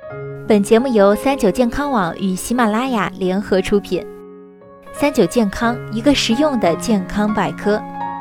本节目由39健康网与喜马拉雅联合出品。39健康，一个实用的健康百科。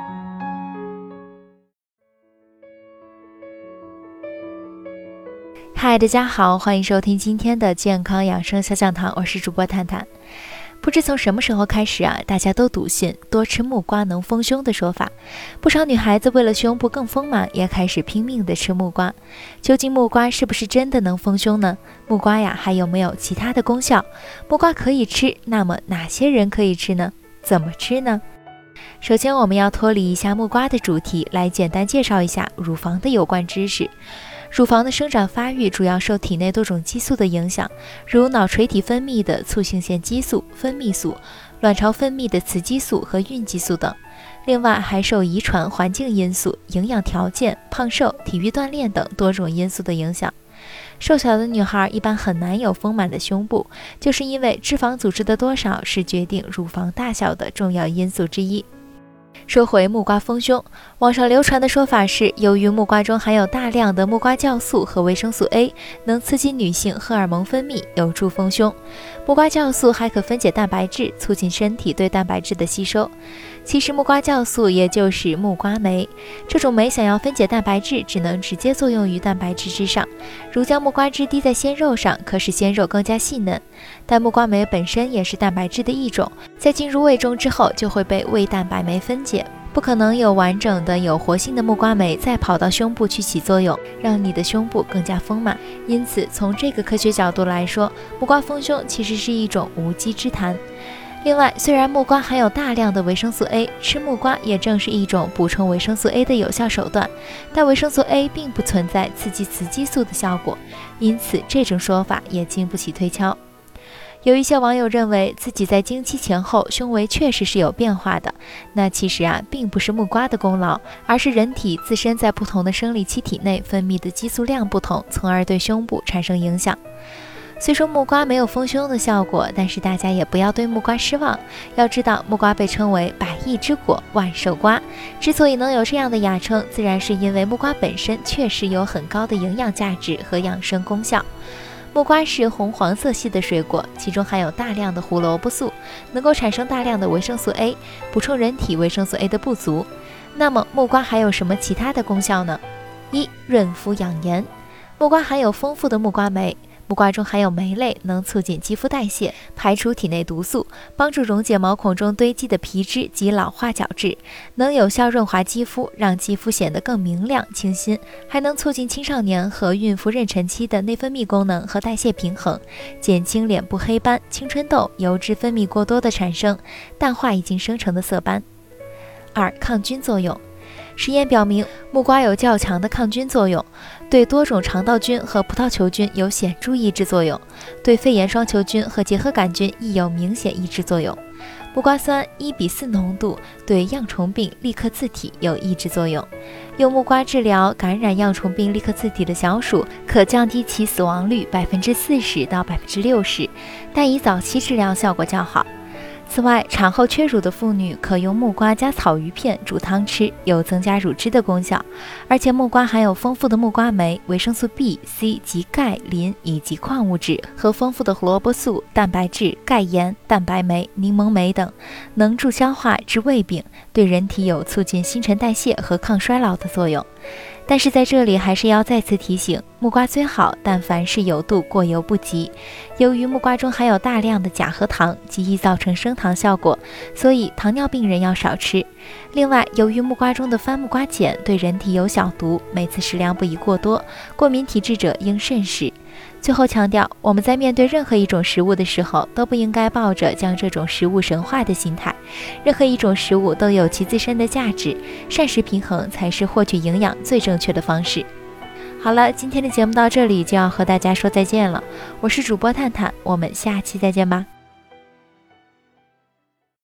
嗨，大家好，欢迎收听今天的健康养生小讲堂，我是主播探探。不知从什么时候开始大家都笃信多吃木瓜能丰胸的说法，不少女孩子为了胸部更丰满，也开始拼命的吃木瓜。究竟木瓜是不是真的能丰胸呢？木瓜还有没有其他的功效？木瓜可以吃，那么哪些人可以吃呢？怎么吃呢？首先，我们要脱离一下木瓜的主题，来简单介绍一下乳房的有关知识。乳房的生长发育主要受体内多种激素的影响，如脑垂体分泌的促性腺激素、分泌素、卵巢分泌的雌激素和孕激素等。另外还受遗传、环境因素、营养条件、胖瘦、体育锻炼等多种因素的影响。瘦小的女孩一般很难有丰满的胸部，就是因为脂肪组织的多少是决定乳房大小的重要因素之一。说回木瓜丰胸，网上流传的说法是，由于木瓜中含有大量的木瓜酵素和维生素 A， 能刺激女性荷尔蒙分泌，有助丰胸。木瓜酵素还可分解蛋白质，促进身体对蛋白质的吸收。其实木瓜酵素也就是木瓜酶，这种酶想要分解蛋白质，只能直接作用于蛋白质之上，如将木瓜汁滴在鲜肉上，可使鲜肉更加细嫩。但木瓜酶本身也是蛋白质的一种，在进入胃中之后就会被胃蛋白酶分解，不可能有完整的有活性的木瓜酶再跑到胸部去起作用，让你的胸部更加丰满。因此从这个科学角度来说，木瓜丰胸其实是一种无稽之谈。另外，虽然木瓜含有大量的维生素 A， 吃木瓜也正是一种补充维生素 A 的有效手段，但维生素 A 并不存在刺激雌激素的效果，因此这种说法也经不起推敲。有一些网友认为自己在经期前后胸围确实是有变化的，那其实并不是木瓜的功劳，而是人体自身在不同的生理期体内分泌的激素量不同，从而对胸部产生影响。虽说木瓜没有丰胸的效果，但是大家也不要对木瓜失望。要知道，木瓜被称为百亿之果、万寿瓜，之所以能有这样的雅称，自然是因为木瓜本身确实有很高的营养价值和养生功效。木瓜是红黄色系的水果，其中含有大量的胡萝卜素，能够产生大量的维生素 A， 补充人体维生素 A 的不足。那么木瓜还有什么其他的功效呢？一、润肤养颜。木瓜含有丰富的木瓜酶，木瓜中含有酶类，能促进肌肤代谢，排除体内毒素，帮助溶解毛孔中堆积的皮脂及老化角质，能有效润滑肌肤，让肌肤显得更明亮清新，还能促进青少年和孕妇妊娠期的内分泌功能和代谢平衡，减轻脸部黑斑、青春痘、油脂分泌过多的产生，淡化已经生成的色斑。二、抗菌作用。实验表明，木瓜有较强的抗菌作用，对多种肠道菌和葡萄球菌有显著抑制作用，对肺炎双球菌和结核杆菌亦有明显抑制作用。木瓜酸1:4浓度对恙虫病利克次体有抑制作用。用木瓜治疗感染恙虫病利克次体的小鼠，可降低其死亡率40%到60%，但以早期治疗效果较好。此外，产后缺乳的妇女可用木瓜加草鱼片煮汤吃，有增加乳汁的功效。而且木瓜含有丰富的木瓜酶、维生素 B、C 及钙、磷以及矿物质和丰富的胡萝卜素、蛋白质、钙盐、蛋白酶、柠檬酶等，能助消化、治胃病，对人体有促进新陈代谢和抗衰老的作用。但是在这里还是要再次提醒，木瓜虽好，但凡事有度，过犹不及。由于木瓜中含有大量的钾和糖，极易造成升糖效果，所以糖尿病人要少吃。另外，由于木瓜中的番木瓜碱对人体有小毒，每次食量不宜过多，过敏体质者应慎食。最后强调，我们在面对任何一种食物的时候，都不应该抱着将这种食物神化的心态。任何一种食物都有其自身的价值，膳食平衡才是获取营养最正确的方式。好了，今天的节目到这里就要和大家说再见了，我是主播探探，我们下期再见吧。